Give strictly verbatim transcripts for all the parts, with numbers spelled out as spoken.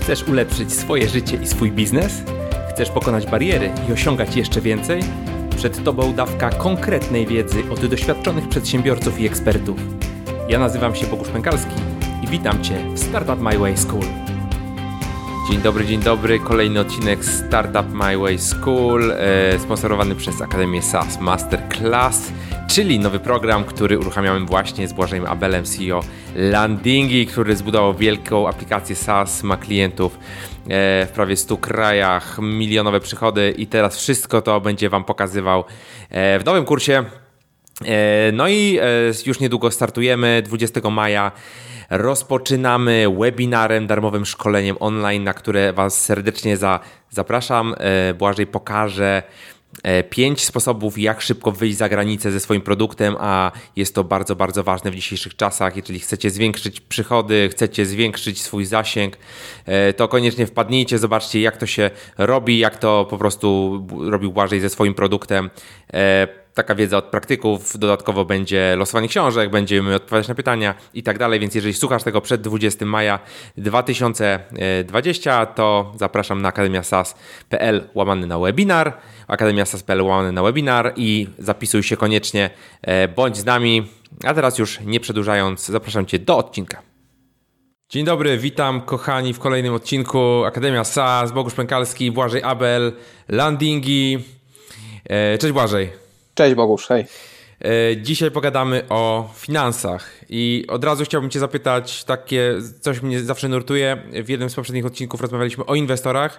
Chcesz ulepszyć swoje życie i swój biznes? Chcesz pokonać bariery i osiągać jeszcze więcej? Przed Tobą dawka konkretnej wiedzy od doświadczonych przedsiębiorców i ekspertów. Ja nazywam się Bogusz Pękalski i witam Cię w Startup My Way School. Dzień dobry, dzień dobry. Kolejny odcinek Startup My Way School, e, sponsorowany przez Akademię SaaS Masterclass, czyli nowy program, który uruchamiamy właśnie z Błażejem Abelem, C E O Landingi, który zbudował wielką aplikację SaaS, ma klientów e, w prawie stu krajach, milionowe przychody i teraz wszystko to będzie Wam pokazywał e, w nowym kursie. E, no i e, już niedługo startujemy, dwudziestego maja. Rozpoczynamy webinarem, darmowym szkoleniem online, na które Was serdecznie za, zapraszam. Błażej pokaże pięć sposobów, jak szybko wyjść za granicę ze swoim produktem, a jest to bardzo, bardzo ważne w dzisiejszych czasach. Jeżeli chcecie zwiększyć przychody, chcecie zwiększyć swój zasięg, to koniecznie wpadnijcie, zobaczcie, jak to się robi, jak to po prostu robił Błażej ze swoim produktem. Taka wiedza od praktyków, dodatkowo będzie losowanie książek, będziemy odpowiadać na pytania i tak dalej, więc jeżeli słuchasz tego przed dwudziestego maja dwa tysiące dwudziestego, to zapraszam na akademiasas.pl łamany na webinar, akademiasas.pl łamany na webinar i zapisuj się koniecznie, bądź z nami. A teraz już nie przedłużając, zapraszam Cię do odcinka. Dzień dobry, witam kochani w kolejnym odcinku Akademia SaaS, Bogusz Pękalski, Błażej Abel, Landingi. Cześć Błażej. Cześć Bogusz, hej. Dzisiaj pogadamy o finansach i od razu chciałbym Cię zapytać, takie coś mnie zawsze nurtuje. W jednym z poprzednich odcinków rozmawialiśmy o inwestorach.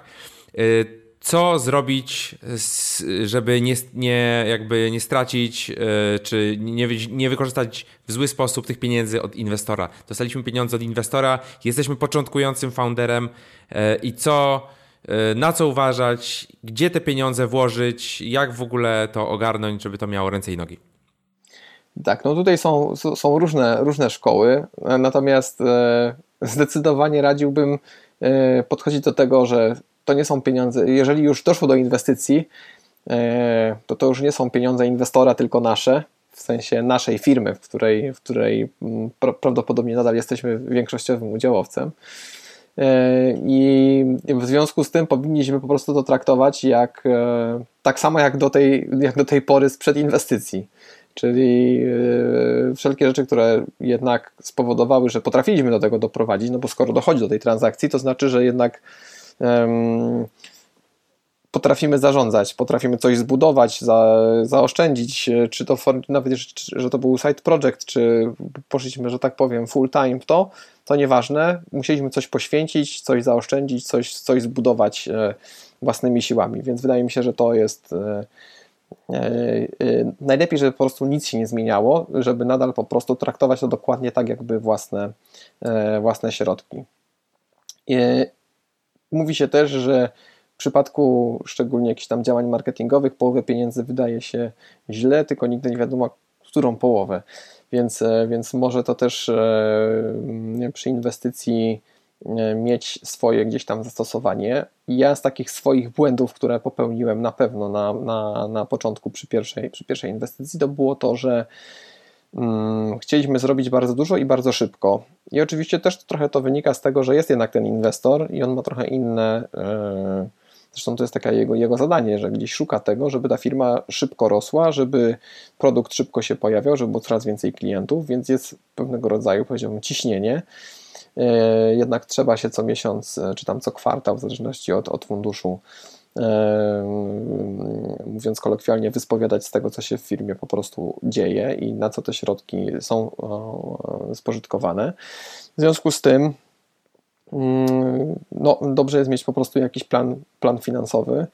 Co zrobić, żeby nie, nie, jakby nie stracić, czy nie, nie wykorzystać w zły sposób tych pieniędzy od inwestora? Dostaliśmy pieniądze od inwestora, jesteśmy początkującym founderem i co... Na co uważać, gdzie te pieniądze włożyć, jak w ogóle to ogarnąć, żeby to miało ręce i nogi? Tak, no tutaj są, są różne, różne szkoły, natomiast zdecydowanie radziłbym podchodzić do tego, że to nie są pieniądze, jeżeli już doszło do inwestycji, to to już nie są pieniądze inwestora, tylko nasze, w sensie naszej firmy, w której, w której prawdopodobnie nadal jesteśmy większościowym udziałowcem. I w związku z tym powinniśmy po prostu to traktować jak, tak samo jak do tej, jak do tej pory sprzed inwestycji. Czyli wszelkie rzeczy, które jednak spowodowały, że potrafiliśmy do tego doprowadzić, no bo skoro dochodzi do tej transakcji, to znaczy, że jednak um, potrafimy zarządzać, potrafimy coś zbudować, za, zaoszczędzić, czy to nawet, że to był side project, czy poszliśmy, że tak powiem, full time w to, to nieważne, musieliśmy coś poświęcić, coś zaoszczędzić, coś, coś zbudować własnymi siłami, więc wydaje mi się, że to jest najlepiej, żeby po prostu nic się nie zmieniało, żeby nadal po prostu traktować to dokładnie tak, jakby własne, własne środki. Mówi się też, że w przypadku szczególnie jakichś tam działań marketingowych połowę pieniędzy wydaje się źle, tylko nigdy nie wiadomo, którą połowę. Więc, więc może to też e, przy inwestycji e, mieć swoje gdzieś tam zastosowanie. Ja z takich swoich błędów, które popełniłem na pewno na, na, na początku przy pierwszej, przy pierwszej inwestycji, to było to, że mm, chcieliśmy zrobić bardzo dużo i bardzo szybko. I oczywiście też trochę to wynika z tego, że jest jednak ten inwestor i on ma trochę inne... E, Zresztą to jest takie jego, jego zadanie, że gdzieś szuka tego, żeby ta firma szybko rosła, żeby produkt szybko się pojawiał, żeby było coraz więcej klientów, więc jest pewnego rodzaju, powiedziałbym, ciśnienie. Jednak trzeba się co miesiąc, czy tam co kwartał, w zależności od, od funduszu, mówiąc kolokwialnie, wyspowiadać z tego, co się w firmie po prostu dzieje i na co te środki są spożytkowane. W związku z tym no, dobrze jest mieć po prostu jakiś plan, plan finansowy,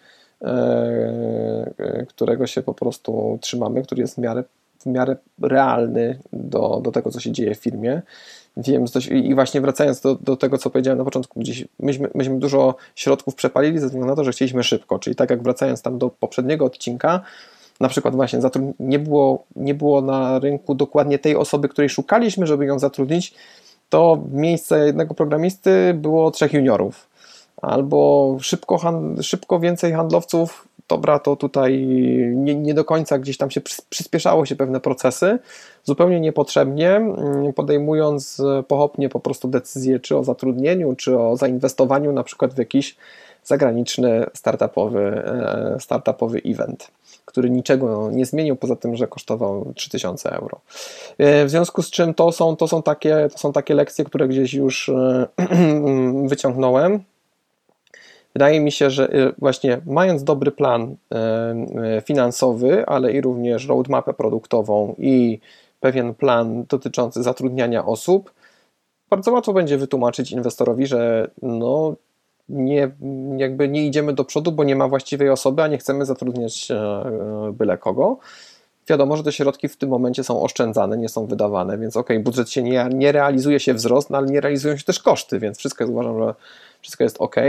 e, którego się po prostu trzymamy, który jest w miarę, w miarę realny do, do tego, co się dzieje w firmie. Wiem, i właśnie wracając do, do tego, co powiedziałem na początku, gdzieś myśmy, myśmy dużo środków przepalili ze względu na to, że chcieliśmy szybko, czyli tak jak wracając tam do poprzedniego odcinka, na przykład właśnie nie było, nie było na rynku dokładnie tej osoby, której szukaliśmy, żeby ją zatrudnić, to w miejsce jednego programisty było trzech juniorów. Albo szybko, szybko więcej handlowców, dobra, to tutaj nie, nie do końca gdzieś tam się przyspieszało się pewne procesy, zupełnie niepotrzebnie, podejmując pochopnie po prostu decyzje czy o zatrudnieniu, czy o zainwestowaniu na przykład w jakiś zagraniczny startupowy, startupowy event, który niczego nie zmienił, poza tym, że kosztował trzy tysiące euro. W związku z czym to są, to są, takie, to są takie lekcje, które gdzieś już wyciągnąłem. Wydaje mi się, że właśnie mając dobry plan finansowy, ale i również roadmapę produktową i pewien plan dotyczący zatrudniania osób, bardzo łatwo będzie wytłumaczyć inwestorowi, że no nie, jakby nie idziemy do przodu, bo nie ma właściwej osoby, a nie chcemy zatrudniać byle kogo. Wiadomo, że te środki w tym momencie są oszczędzane, nie są wydawane, więc okej, okay, budżet się nie, nie realizuje się wzrost, no ale nie realizują się też koszty, więc wszystko jest, uważam, że wszystko jest ok.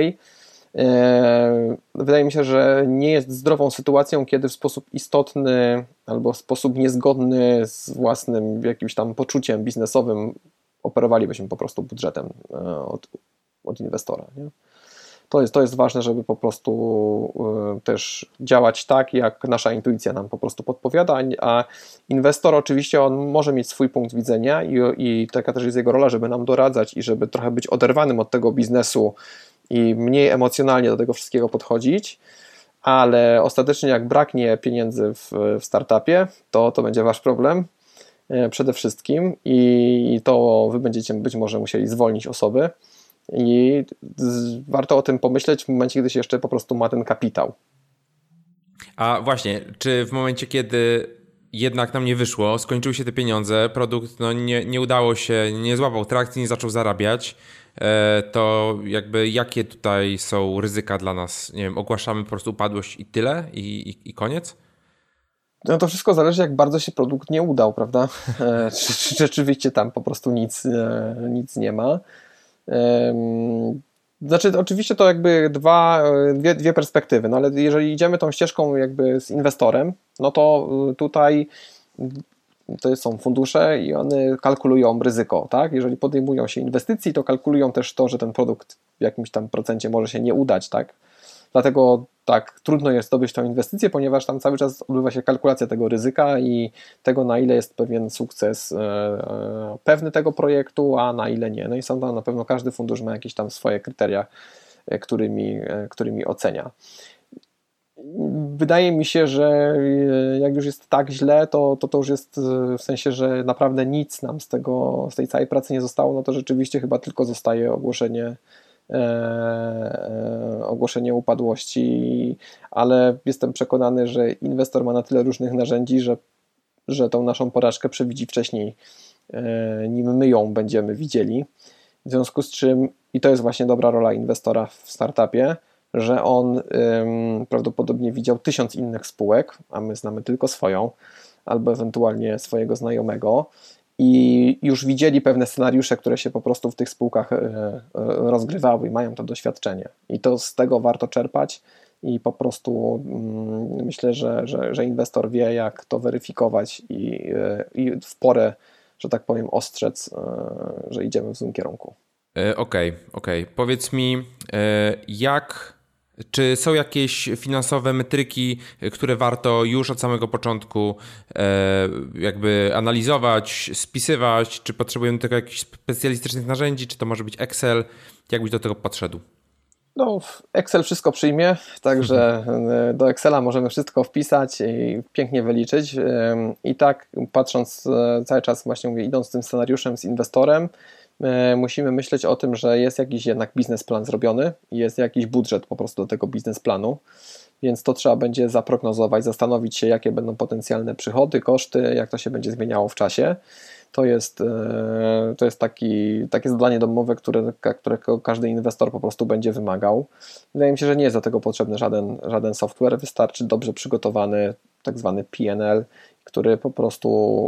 Wydaje mi się, że nie jest zdrową sytuacją, kiedy w sposób istotny albo w sposób niezgodny z własnym jakimś tam poczuciem biznesowym operowalibyśmy po prostu budżetem od, od inwestora. Nie? To jest, to jest ważne, żeby po prostu też działać tak, jak nasza intuicja nam po prostu podpowiada, a inwestor oczywiście on może mieć swój punkt widzenia i, i taka też jest jego rola, żeby nam doradzać i żeby trochę być oderwanym od tego biznesu i mniej emocjonalnie do tego wszystkiego podchodzić, ale ostatecznie jak braknie pieniędzy w, w startupie, to to będzie wasz problem przede wszystkim i to wy będziecie być może musieli zwolnić osoby i warto o tym pomyśleć w momencie, gdy się jeszcze po prostu ma ten kapitał. A właśnie, czy w momencie, kiedy jednak nam nie wyszło, skończyły się te pieniądze, produkt no nie, nie udało się, nie złapał trakcji, nie zaczął zarabiać, to jakby jakie tutaj są ryzyka dla nas? Nie wiem, ogłaszamy po prostu upadłość i tyle i, i, i koniec? No to wszystko zależy, jak bardzo się produkt nie udał, prawda? Czy, czy rzeczywiście tam po prostu nic, nic nie ma. Znaczy oczywiście to jakby dwa, dwie, dwie perspektywy, no ale jeżeli idziemy tą ścieżką jakby z inwestorem, no to tutaj to są fundusze i one kalkulują ryzyko, tak? Jeżeli podejmują się inwestycji, to kalkulują też to, że ten produkt w jakimś tam procencie może się nie udać, tak? Dlatego tak trudno jest zdobyć tą inwestycję, ponieważ tam cały czas odbywa się kalkulacja tego ryzyka i tego, na ile jest pewien sukces e, e, pewny tego projektu, a na ile nie. No i są tam na pewno, każdy fundusz ma jakieś tam swoje kryteria, e, którymi, e, którymi ocenia. Wydaje mi się, że jak już jest tak źle, to, to to już jest w sensie, że naprawdę nic nam z tego, z tej całej pracy nie zostało, no to rzeczywiście chyba tylko zostaje ogłoszenie E, ogłoszenie upadłości, ale jestem przekonany, że inwestor ma na tyle różnych narzędzi, że, że tą naszą porażkę przewidzi wcześniej, e, nim my ją będziemy widzieli. W związku z czym, i to jest właśnie dobra rola inwestora w startupie, że on ym, prawdopodobnie widział tysiąc innych spółek, a my znamy tylko swoją, albo ewentualnie swojego znajomego, i już widzieli pewne scenariusze, które się po prostu w tych spółkach rozgrywały i mają to doświadczenie. I to z tego warto czerpać i po prostu myślę, że, że, że inwestor wie, jak to weryfikować i, i w porę, że tak powiem, ostrzec, że idziemy w złym kierunku. Okej, okay, okej. Okay. Powiedz mi, jak... Czy są jakieś finansowe metryki, które warto już od samego początku jakby analizować, spisywać? Czy potrzebujemy tego jakichś specjalistycznych narzędzi? Czy to może być Excel? Jak byś do tego podszedł? No, Excel wszystko przyjmie, także do Excela możemy wszystko wpisać i pięknie wyliczyć. I tak patrząc cały czas, właśnie mówię, idąc tym scenariuszem z inwestorem, musimy myśleć o tym, że jest jakiś jednak biznesplan zrobiony i jest jakiś budżet po prostu do tego biznesplanu, więc to trzeba będzie zaprognozować, zastanowić się, jakie będą potencjalne przychody, koszty, jak to się będzie zmieniało w czasie. To jest, to jest taki, takie zadanie domowe, które, którego każdy inwestor po prostu będzie wymagał. Wydaje mi się, że nie jest do tego potrzebny żaden, żaden software, wystarczy dobrze przygotowany tak zwany P and L, który po prostu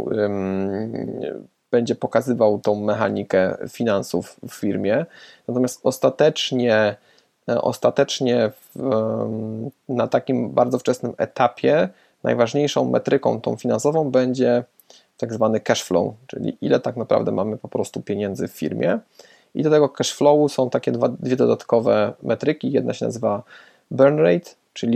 um, będzie pokazywał tą mechanikę finansów w firmie. Natomiast ostatecznie, ostatecznie w, na takim bardzo wczesnym etapie najważniejszą metryką tą finansową będzie tak zwany cash flow, czyli ile tak naprawdę mamy po prostu pieniędzy w firmie. I do tego cash flowu są takie dwa, dwie dodatkowe metryki. Jedna się nazywa burn rate, czyli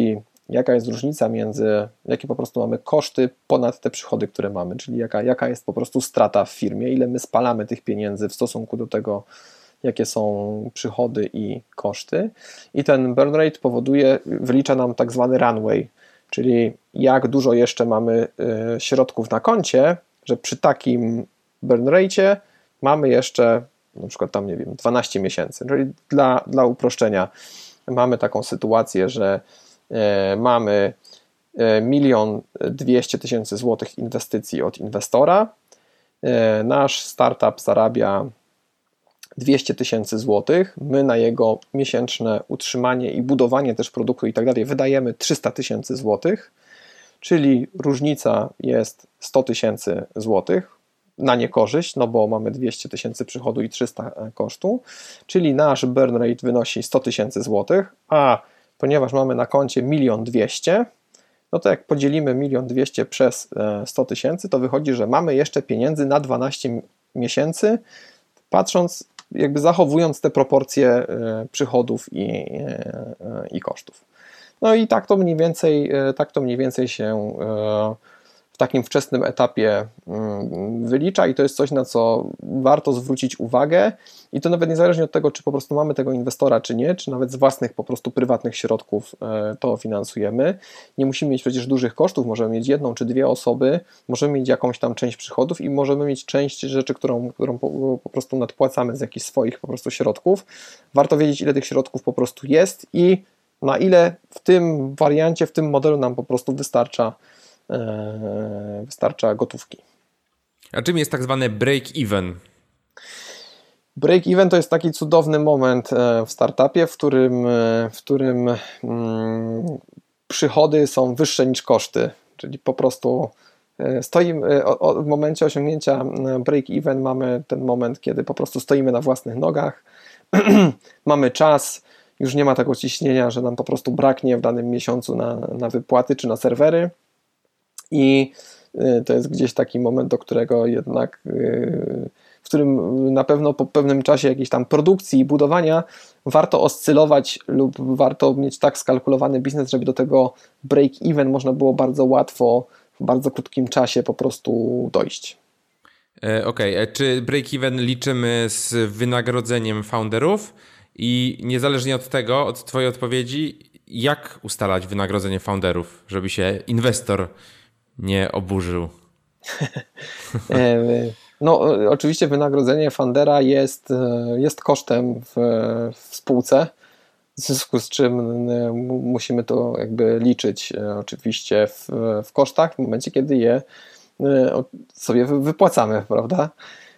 jaka jest różnica między, jakie po prostu mamy koszty ponad te przychody, które mamy, czyli jaka, jaka jest po prostu strata w firmie, ile my spalamy tych pieniędzy w stosunku do tego, jakie są przychody i koszty. I ten burn rate powoduje, wylicza nam tak zwany runway, czyli jak dużo jeszcze mamy środków na koncie, że przy takim burn rate mamy jeszcze na przykład tam, nie wiem, dwanaście miesięcy. Czyli dla, dla uproszczenia mamy taką sytuację, że e, mamy milion dwieście tysięcy złotych inwestycji od inwestora. E, nasz startup zarabia dwieście tysięcy złotych. My na jego miesięczne utrzymanie i budowanie też produktu i tak dalej wydajemy trzysta tysięcy złotych, czyli różnica jest sto tysięcy złotych na niekorzyść, no bo mamy dwieście tysięcy przychodu i trzysta kosztu, czyli nasz burn rate wynosi sto tysięcy złotych, a ponieważ mamy na koncie milion dwieście, no to jak podzielimy milion dwieście przez sto tysięcy, to wychodzi, że mamy jeszcze pieniędzy na dwanaście miesięcy, patrząc, jakby zachowując te proporcje przychodów i, i kosztów. No i tak to mniej więcej, tak to mniej więcej się w takim wczesnym etapie wylicza i to jest coś, na co warto zwrócić uwagę i to nawet niezależnie od tego, czy po prostu mamy tego inwestora, czy nie, czy nawet z własnych po prostu prywatnych środków to finansujemy. Nie musimy mieć przecież dużych kosztów, możemy mieć jedną czy dwie osoby, możemy mieć jakąś tam część przychodów i możemy mieć część rzeczy, którą, którą po, po prostu nadpłacamy z jakichś swoich po prostu środków. Warto wiedzieć, ile tych środków po prostu jest i na ile w tym wariancie, w tym modelu nam po prostu wystarcza wystarcza gotówki. A czym jest tak zwany break-even? Break-even to jest taki cudowny moment w startupie, w którym, w którym hmm, przychody są wyższe niż koszty, czyli po prostu stoimy, w momencie osiągnięcia break-even mamy ten moment, kiedy po prostu stoimy na własnych nogach, mamy czas, już nie ma tego ciśnienia, że nam po prostu braknie w danym miesiącu na, na wypłaty czy na serwery. I to jest gdzieś taki moment, do którego jednak, w którym na pewno po pewnym czasie jakiejś tam produkcji i budowania warto oscylować lub warto mieć tak skalkulowany biznes, żeby do tego break-even można było bardzo łatwo, w bardzo krótkim czasie po prostu dojść. Okej, okay. Czy break-even liczymy z wynagrodzeniem founderów? I niezależnie od tego, od twojej odpowiedzi, jak ustalać wynagrodzenie founderów, żeby się inwestor nie oburzył? No, oczywiście wynagrodzenie fundera jest, jest kosztem w, w spółce, w związku z czym musimy to jakby liczyć oczywiście w, w kosztach w momencie, kiedy je sobie wypłacamy, prawda?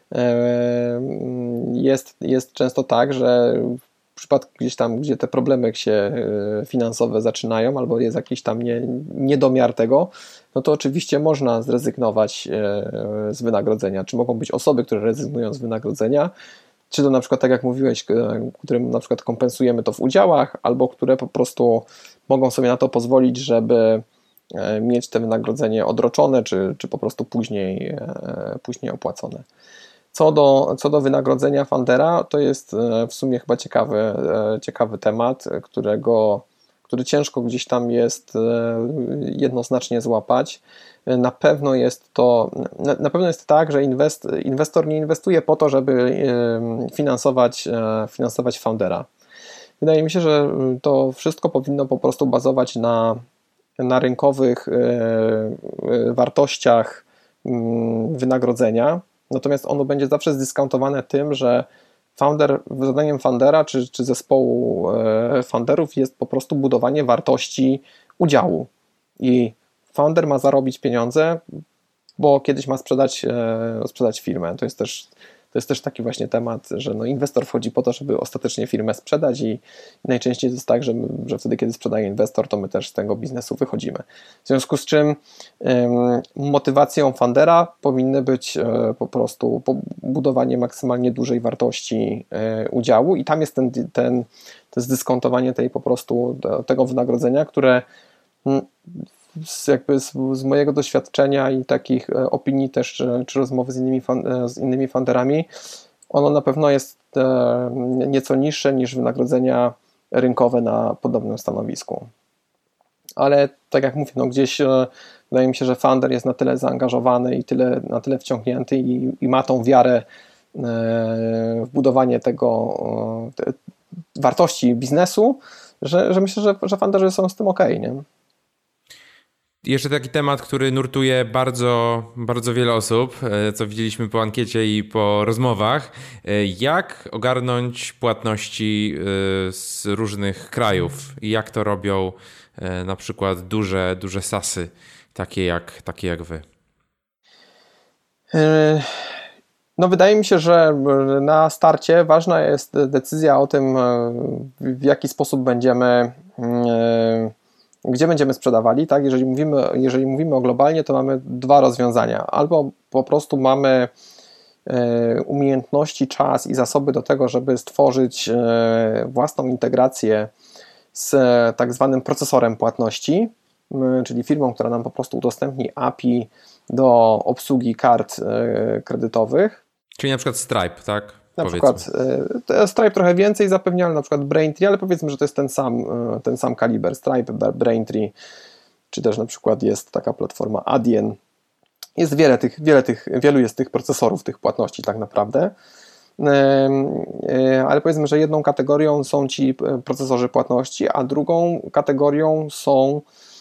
Jest, jest często tak, że w przypadku gdzieś tam, gdzie te problemy się finansowe zaczynają, albo jest jakiś tam nie, niedomiar tego, no to oczywiście można zrezygnować z wynagrodzenia. Czy mogą być osoby, które rezygnują z wynagrodzenia, czy to na przykład, tak jak mówiłeś, którym na przykład kompensujemy to w udziałach, albo które po prostu mogą sobie na to pozwolić, żeby mieć te wynagrodzenie odroczone, czy, czy po prostu później, później opłacone. Co do, co do wynagrodzenia fundera, to jest w sumie chyba ciekawy, ciekawy temat, którego, który ciężko gdzieś tam jest jednoznacznie złapać. Na pewno jest to, na pewno jest tak, że inwest, inwestor nie inwestuje po to, żeby finansować, finansować foundera. Wydaje mi się, że to wszystko powinno po prostu bazować na, na rynkowych wartościach wynagrodzenia. Natomiast ono będzie zawsze zdyskontowane tym, że founder, zadaniem foundera czy, czy zespołu founderów jest po prostu budowanie wartości udziału. I founder ma zarobić pieniądze, bo kiedyś ma sprzedać, sprzedać firmę. To jest też, to jest też taki właśnie temat, że no inwestor wchodzi po to, żeby ostatecznie firmę sprzedać i najczęściej jest tak, że, my, że wtedy, kiedy sprzedaje inwestor, to my też z tego biznesu wychodzimy. W związku z czym ym, motywacją fundera powinny być y, po prostu budowanie maksymalnie dużej wartości y, udziału i tam jest ten, ten, to zdyskontowanie tej po prostu tego wynagrodzenia, które y, Z, jakby z, z mojego doświadczenia i takich opinii też, czy, czy rozmowy z innymi, fan, z innymi funderami, ono na pewno jest e, nieco niższe niż wynagrodzenia rynkowe na podobnym stanowisku. ale tak jak mówię, no gdzieś e, wydaje mi się, że founder jest na tyle zaangażowany i tyle, na tyle wciągnięty i, i ma tą wiarę e, w budowanie tego e, te, wartości biznesu, że, że myślę, że, że founderzy są z tym okej, nie? Jeszcze taki temat, który nurtuje bardzo, bardzo wiele osób, co widzieliśmy po ankiecie i po rozmowach. Jak ogarnąć płatności z różnych krajów i jak to robią na przykład duże, duże sasy, takie jak, takie jak wy? No wydaje mi się, że na starcie ważna jest decyzja o tym, w jaki sposób będziemy, gdzie będziemy sprzedawali, tak? Jeżeli mówimy, jeżeli mówimy o globalnie, to mamy dwa rozwiązania. Albo po prostu mamy umiejętności, czas i zasoby do tego, żeby stworzyć własną integrację z tak zwanym procesorem płatności, czyli firmą, która nam po prostu udostępni A P I do obsługi kart kredytowych. Czyli na przykład Stripe, tak? Na Powiedzmy. przykład Stripe trochę więcej zapewnia, ale na przykład Braintree, ale powiedzmy, że to jest ten sam, ten sam kaliber. Stripe, Braintree, czy też na przykład jest taka platforma Adyen. Jest wiele tych, wiele tych, wielu jest tych procesorów, tych płatności tak naprawdę. Ale powiedzmy, że jedną kategorią są ci procesorzy płatności, a drugą kategorią są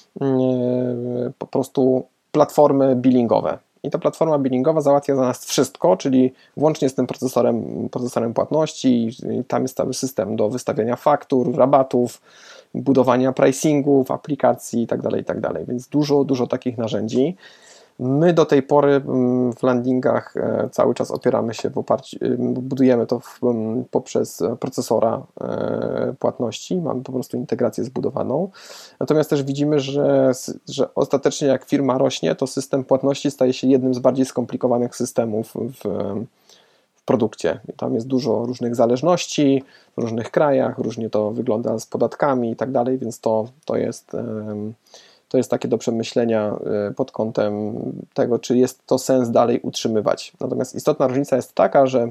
po prostu platformy billingowe. I ta platforma billingowa załatwia za nas wszystko, czyli włącznie z tym procesorem, procesorem płatności, i tam jest cały system do wystawiania faktur, rabatów, budowania pricingów, aplikacji itd., itd. Więc dużo, dużo takich narzędzi. My do tej pory w landingach cały czas opieramy się w oparciu, budujemy to w, poprzez procesora płatności, mamy po prostu integrację zbudowaną. Natomiast też widzimy, że, że ostatecznie jak firma rośnie, to system płatności staje się jednym z bardziej skomplikowanych systemów w, w produkcie. I tam jest dużo różnych zależności w różnych krajach, różnie to wygląda z podatkami i tak dalej, więc to, to jest... To jest takie do przemyślenia pod kątem tego, czy jest to sens dalej utrzymywać. Natomiast istotna różnica jest taka, że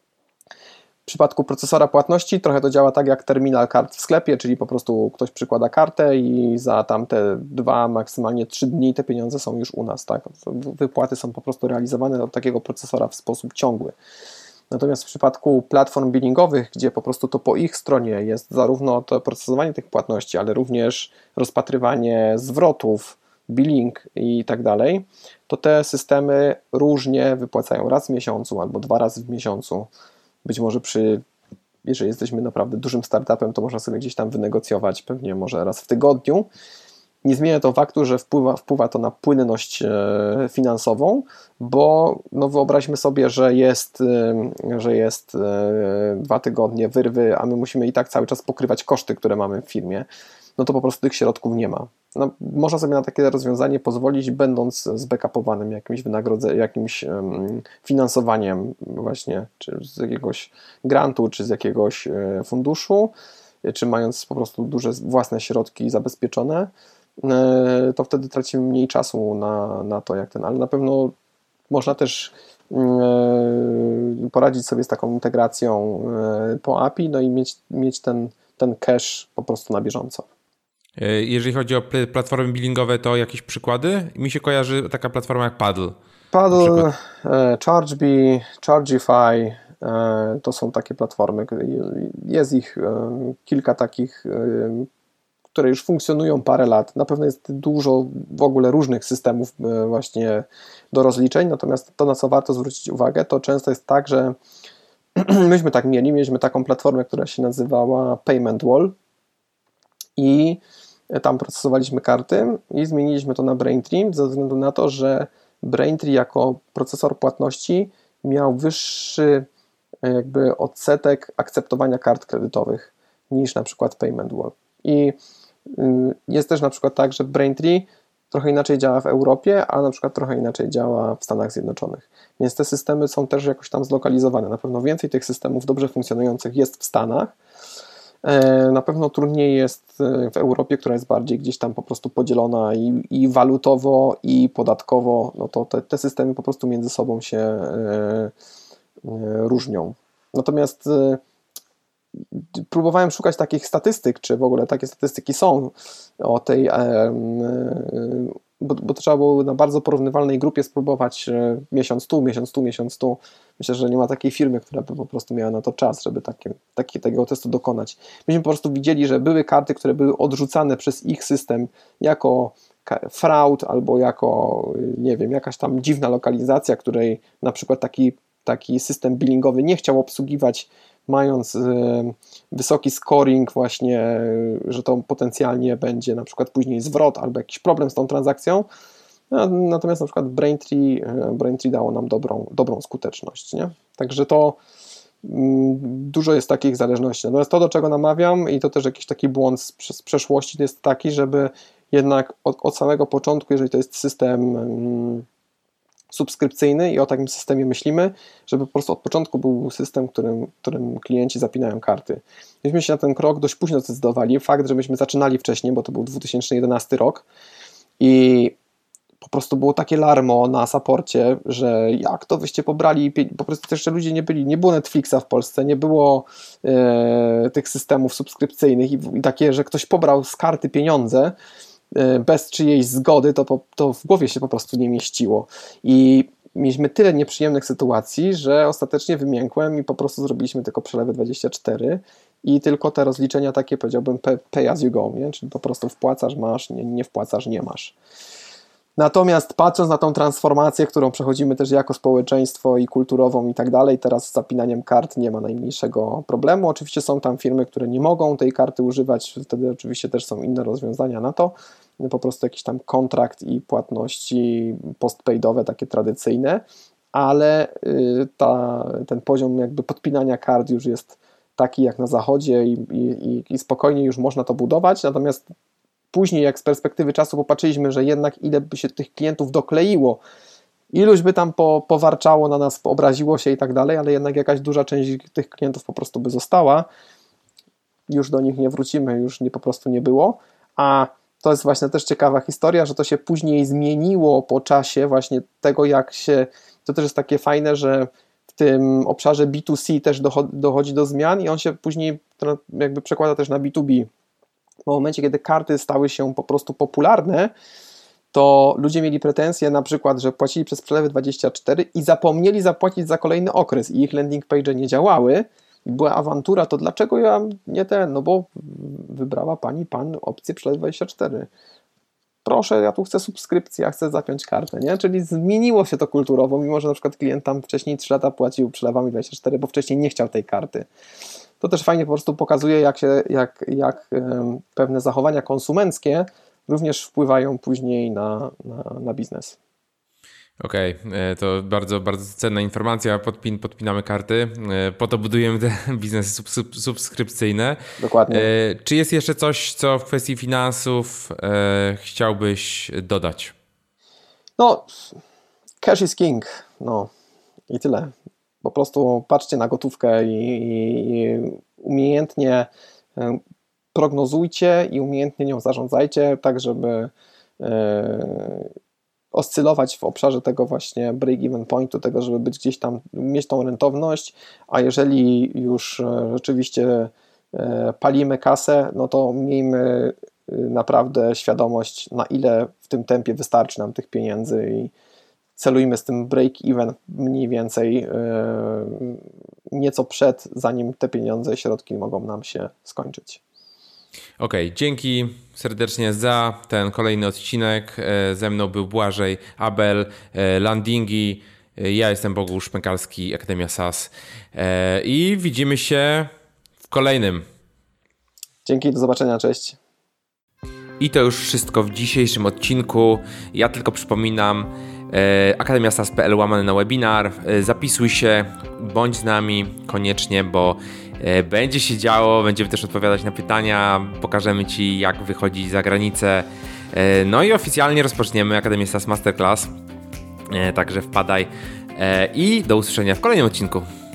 w przypadku procesora płatności trochę to działa tak jak terminal kart w sklepie, czyli po prostu ktoś przykłada kartę i za tamte dwa, maksymalnie trzy dni te pieniądze są już u nas. Tak? Wypłaty są po prostu realizowane od takiego procesora w sposób ciągły. Natomiast w przypadku platform billingowych, gdzie po prostu to po ich stronie jest zarówno to procesowanie tych płatności, ale również rozpatrywanie zwrotów, billing i tak dalej, to te systemy różnie wypłacają raz w miesiącu albo dwa razy w miesiącu. Być może przy, jeżeli jesteśmy naprawdę dużym startupem, to można sobie gdzieś tam wynegocjować, pewnie może raz w tygodniu. Nie zmienia to faktu, że wpływa, wpływa to na płynność finansową, bo no wyobraźmy sobie, że jest, że jest dwa tygodnie wyrwy, a my musimy i tak cały czas pokrywać koszty, które mamy w firmie, no to po prostu tych środków nie ma. No, można sobie na takie rozwiązanie pozwolić, będąc zbackupowanym jakimś wynagrodzeniem, jakimś finansowaniem właśnie, czy z jakiegoś grantu, czy z jakiegoś funduszu, czy mając po prostu duże własne środki zabezpieczone, to wtedy tracimy mniej czasu na, na to, jak ten, ale na pewno można też poradzić sobie z taką integracją po A P I, no i mieć, mieć ten, ten cache po prostu na bieżąco. Jeżeli chodzi o platformy billingowe, to jakieś przykłady? Mi się kojarzy taka platforma jak Paddle. Paddle, Chargebee, Chargeify, to są takie platformy. Jest ich kilka takich, które już funkcjonują parę lat. Na pewno jest dużo w ogóle różnych systemów właśnie do rozliczeń, natomiast to, na co warto zwrócić uwagę, to często jest tak, że myśmy tak mieli, mieliśmy taką platformę, która się nazywała Payment Wall i tam procesowaliśmy karty i zmieniliśmy to na Braintree ze względu na to, że Braintree jako procesor płatności miał wyższy jakby odsetek akceptowania kart kredytowych niż na przykład Payment Wall. I jest też na przykład tak, że Braintree trochę inaczej działa w Europie, a na przykład trochę inaczej działa w Stanach Zjednoczonych. Więc te systemy są też jakoś tam zlokalizowane. Na pewno więcej tych systemów dobrze funkcjonujących jest w Stanach. Na pewno trudniej jest w Europie, która jest bardziej gdzieś tam po prostu podzielona i, i walutowo, i podatkowo. No to te, te systemy po prostu między sobą się różnią. Natomiast próbowałem szukać takich statystyk, czy w ogóle takie statystyki są o tej, bo, bo to trzeba było na bardzo porównywalnej grupie spróbować miesiąc tu, miesiąc tu, miesiąc tu. Myślę, że nie ma takiej firmy, która by po prostu miała na to czas, żeby takie, takie, takiego testu dokonać. Myśmy po prostu widzieli, że były karty, które były odrzucane przez ich system jako fraud albo jako, nie wiem, jakaś tam dziwna lokalizacja, której na przykład taki, taki system billingowy nie chciał obsługiwać, mając wysoki scoring właśnie, że to potencjalnie będzie na przykład później zwrot albo jakiś problem z tą transakcją. Natomiast na przykład Braintree, Braintree dało nam dobrą, dobrą skuteczność, nie? Także to dużo jest takich zależności. Natomiast to, do czego namawiam, i to też jakiś taki błąd z, z przeszłości, to jest taki, żeby jednak od, od samego początku, jeżeli to jest system um, subskrypcyjny i o takim systemie myślimy, żeby po prostu od początku był system, którym, którym klienci zapinają karty. Myśmy się na ten krok dość późno zdecydowali. Fakt, że myśmy zaczynali wcześniej, bo to był dwa tysiące jedenasty rok i po prostu było takie larmo na saporcie, że jak to wyście pobrali, po prostu też jeszcze ludzie nie byli, nie było Netflixa w Polsce, nie było e, tych systemów subskrypcyjnych i, i takie, że ktoś pobrał z karty pieniądze e, bez czyjejś zgody, to, po, to w głowie się po prostu nie mieściło. I mieliśmy tyle nieprzyjemnych sytuacji, że ostatecznie wymiękłem i po prostu zrobiliśmy tylko przelewy dwadzieścia cztery i tylko te rozliczenia takie, powiedziałbym, pay, pay as you go, nie? Czyli po prostu wpłacasz, masz, nie, nie wpłacasz, nie masz. Natomiast patrząc na tą transformację, którą przechodzimy też jako społeczeństwo i kulturową i tak dalej, teraz z zapinaniem kart nie ma najmniejszego problemu. Oczywiście są tam firmy, które nie mogą tej karty używać, wtedy oczywiście też są inne rozwiązania na to, po prostu jakiś tam kontrakt i płatności postpaidowe, takie tradycyjne, ale ta, ten poziom jakby podpinania kart już jest taki jak na zachodzie i, i, i spokojnie już można to budować, natomiast później, jak z perspektywy czasu popatrzyliśmy, że jednak ile by się tych klientów dokleiło, iluś by tam po, powarczało na nas, obraziło się i tak dalej, ale jednak jakaś duża część tych klientów po prostu by została, już do nich nie wrócimy, już nie, po prostu nie było, a to jest właśnie też ciekawa historia, że to się później zmieniło po czasie właśnie tego, jak się, to też jest takie fajne, że w tym obszarze B dwa C też dochodzi do zmian i on się później jakby przekłada też na B dwa B. W momencie, kiedy karty stały się po prostu popularne, to ludzie mieli pretensje na przykład, że płacili przez przelewy dwadzieścia cztery i zapomnieli zapłacić za kolejny okres i ich landing page nie działały. I była awantura, to dlaczego ja nie ten, no bo wybrała pani, pan opcję przelew dwadzieścia cztery. Proszę, ja tu chcę subskrypcję, ja chcę zapiąć kartę, nie? Czyli zmieniło się to kulturowo, mimo że na przykład klient tam wcześniej trzy lata płacił przelewami dwadzieścia cztery, bo wcześniej nie chciał tej karty. To też fajnie po prostu pokazuje, jak, się, jak, jak um, pewne zachowania konsumenckie również wpływają później na, na, na biznes. Okej, okay, to bardzo, bardzo cenna informacja. Podpin, podpinamy karty, po to budujemy te biznesy sub, sub, subskrypcyjne. Dokładnie. Czy jest jeszcze coś, co w kwestii finansów e, chciałbyś dodać? No, cash is king, no i tyle. Po prostu patrzcie na gotówkę i, i, i umiejętnie prognozujcie i umiejętnie nią zarządzajcie, tak żeby e, oscylować w obszarze tego właśnie break-even pointu, tego, żeby być gdzieś tam, mieć tą rentowność, a jeżeli już rzeczywiście e, palimy kasę, no to miejmy naprawdę świadomość, na ile w tym tempie wystarczy nam tych pieniędzy i celujmy z tym break-even mniej więcej yy, nieco przed, zanim te pieniądze i środki mogą nam się skończyć. Okej, okay, dzięki serdecznie za ten kolejny odcinek. Ze mną był Błażej, Abel, Landingi. Ja jestem Bogusz Pękalski, Akademia S A S i widzimy się w kolejnym. Dzięki, do zobaczenia, cześć. I to już wszystko w dzisiejszym odcinku. Ja tylko przypominam, akademia S A S kropka p l łamane na webinar. Zapisuj się, bądź z nami koniecznie, bo będzie się działo, będziemy też odpowiadać na pytania, pokażemy Ci, jak wychodzić za granicę. No i oficjalnie rozpoczniemy Akademię S A S Masterclass, także wpadaj i do usłyszenia w kolejnym odcinku.